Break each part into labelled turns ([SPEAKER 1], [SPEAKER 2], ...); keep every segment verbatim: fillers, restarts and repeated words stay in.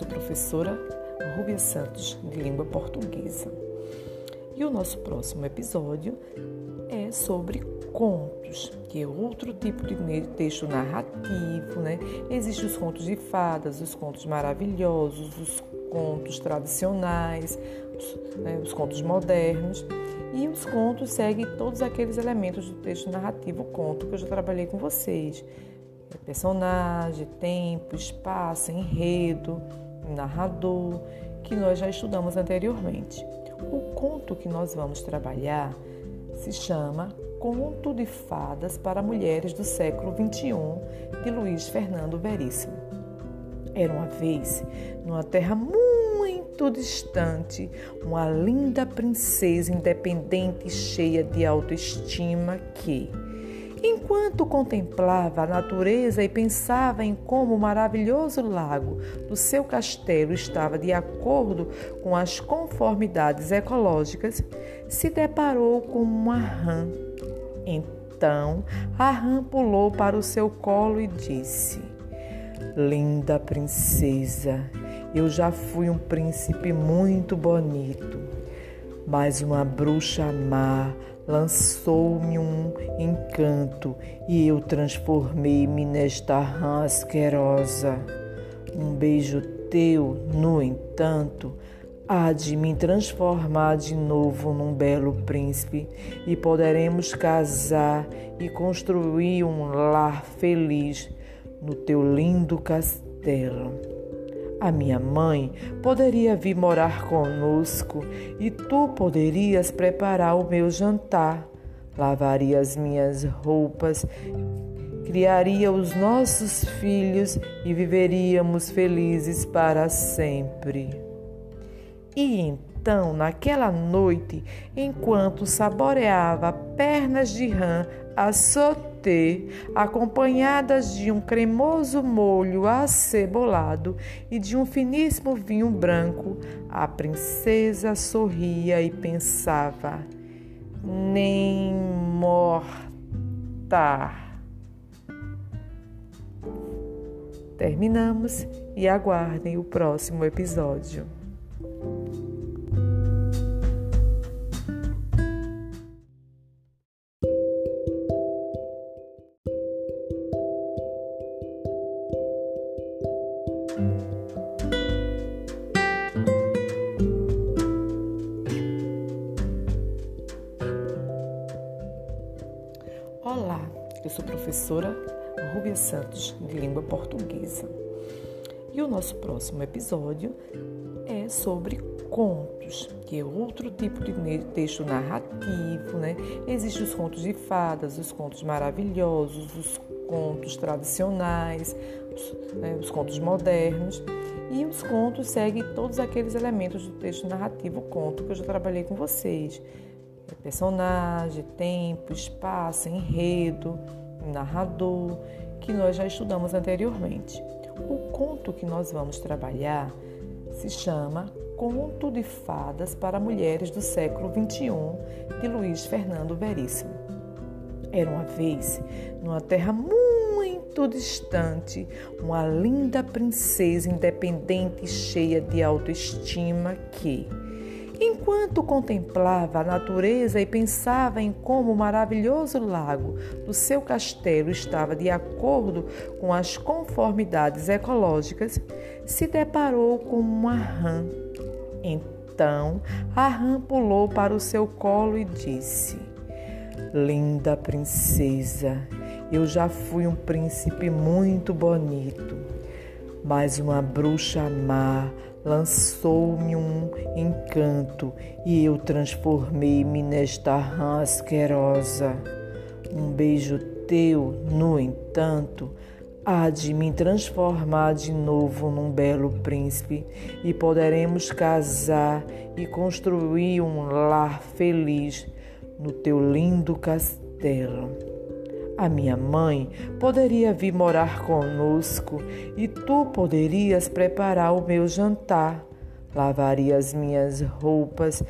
[SPEAKER 1] sou professora Rúbia Santos, de língua portuguesa. E o nosso próximo episódio é sobre contos, que é outro tipo de texto narrativo, né? Existem os contos de fadas, os contos maravilhosos, os contos tradicionais, os, né, os contos modernos. E os contos seguem todos aqueles elementos do texto narrativo, conto, que eu já trabalhei com vocês. Personagem, tempo, espaço, enredo, narrador, que nós já estudamos anteriormente. O conto que nós vamos trabalhar se chama Conto de Fadas para Mulheres do século vinte e um, de Luiz Fernando Veríssimo. Era uma vez, numa terra muito distante, uma linda princesa independente e cheia de autoestima que, enquanto contemplava a natureza e pensava em como o maravilhoso lago do seu castelo estava de acordo com as conformidades ecológicas, se deparou com uma rã. Então, a rã pulou para o seu colo e disse: "Linda princesa, eu já fui um príncipe muito bonito, mas uma bruxa má lançou-me um encanto e eu transformei-me nesta rã asquerosa. Um beijo teu, no entanto, há de me transformar de novo num belo príncipe e poderemos casar e construir um lar feliz no teu lindo castelo. A minha mãe poderia vir morar conosco e tu poderias preparar o meu jantar, lavaria as minhas roupas, criaria os nossos filhos e viveríamos felizes para sempre." E então, naquela noite, enquanto saboreava pernas de rã a sauté, acompanhadas de um cremoso molho acebolado e de um finíssimo vinho branco, a princesa sorria e pensava: "Nem morta." Terminamos e aguardem o próximo episódio. Olá, eu sou professora Rúbia Santos, de língua portuguesa. E o nosso próximo episódio é sobre contos, que é outro tipo de texto narrativo, né? Existem os contos de fadas, os contos maravilhosos, os contos tradicionais, os, né, os contos modernos. E os contos seguem todos aqueles elementos do texto narrativo, conto, que eu já trabalhei com vocês. Personagem, tempo, espaço, enredo, narrador, que nós já estudamos anteriormente. O conto que nós vamos trabalhar se chama Conto de Fadas para Mulheres do século vinte e um, de Luiz Fernando Veríssimo. Era uma vez, numa terra muito distante, uma linda princesa independente e cheia de autoestima que, enquanto contemplava a natureza e pensava em como o maravilhoso lago do seu castelo estava de acordo com as conformidades ecológicas, se deparou com uma rã. Então, a rã pulou para o seu colo e disse: "Linda princesa, eu já fui um príncipe muito bonito, mas uma bruxa má lançou-me um encanto e eu transformei-me nesta rã asquerosa. Um beijo teu, no entanto, há de me transformar de novo num belo príncipe e poderemos casar e construir um lar feliz no teu lindo castelo. A minha mãe poderia vir morar conosco e tu poderias preparar o meu jantar, lavaria as minhas roupas,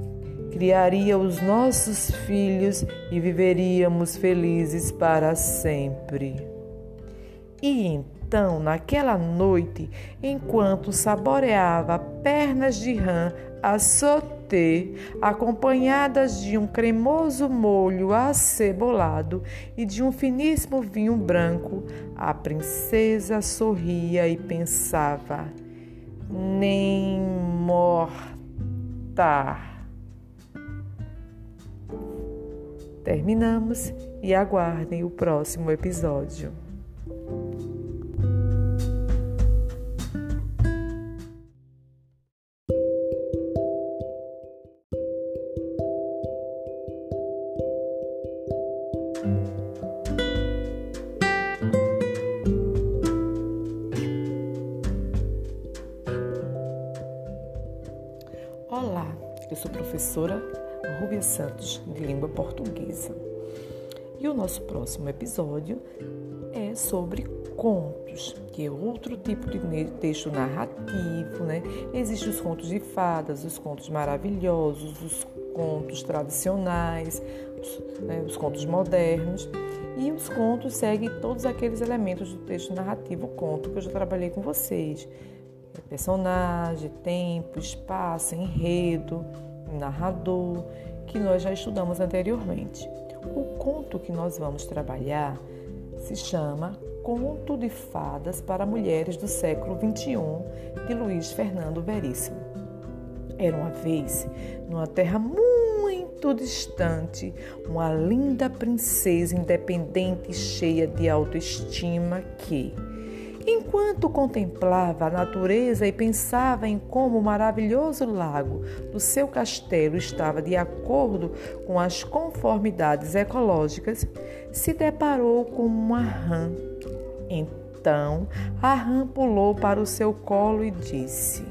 [SPEAKER 1] criaria os nossos filhos e viveríamos felizes para sempre." E então, naquela noite, enquanto saboreava pernas de rã a sauté, acompanhadas de um cremoso molho acebolado e de um finíssimo vinho branco, a princesa sorria e pensava: nem morta. Terminamos e aguardem o próximo episódio. Olá, eu sou a professora Rúbia Santos, de língua portuguesa. E o nosso próximo episódio é sobre contos, que é outro tipo de texto narrativo, né? Existem os contos de fadas, os contos maravilhosos, os contos tradicionais, os, né, os contos modernos. E os contos seguem todos aqueles elementos do texto narrativo, conto, que eu já trabalhei com vocês. Personagem, tempo, espaço, enredo, narrador, que nós já estudamos anteriormente. O conto que nós vamos trabalhar se chama Conto de Fadas para Mulheres do século vinte e um, de Luiz Fernando Veríssimo. Era uma vez, numa terra muito distante, uma linda princesa independente e cheia de autoestima que, enquanto contemplava a natureza e pensava em como o maravilhoso lago do seu castelo estava de acordo com as conformidades ecológicas, se deparou com uma rã. Então, a rã pulou para o seu colo e disse: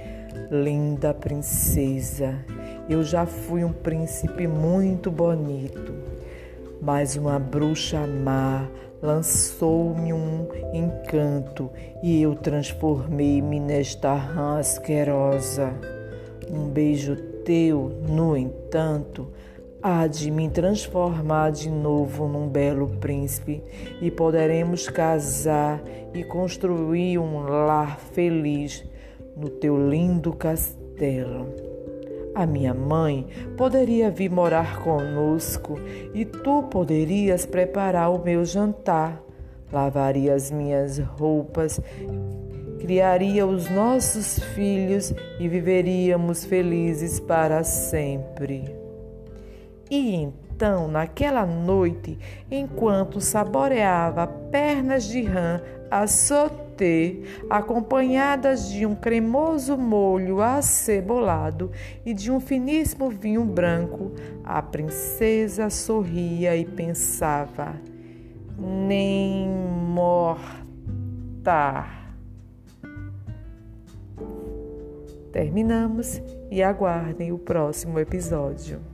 [SPEAKER 1] linda princesa, eu já fui um príncipe muito bonito, mas uma bruxa má lançou-me um encanto e eu transformei-me nesta rã asquerosa. Um beijo teu, no entanto, há de me transformar de novo num belo príncipe e poderemos casar e construir um lar feliz no teu lindo castelo. A minha mãe poderia vir morar conosco e tu poderias preparar o meu jantar, lavaria as minhas roupas, criaria os nossos filhos e viveríamos felizes para sempre. E então, naquela noite, enquanto saboreava pernas de rã a sauté, acompanhadas de um cremoso molho acebolado e de um finíssimo vinho branco, a princesa sorria e pensava: nem morta. Terminamos e aguardem o próximo episódio.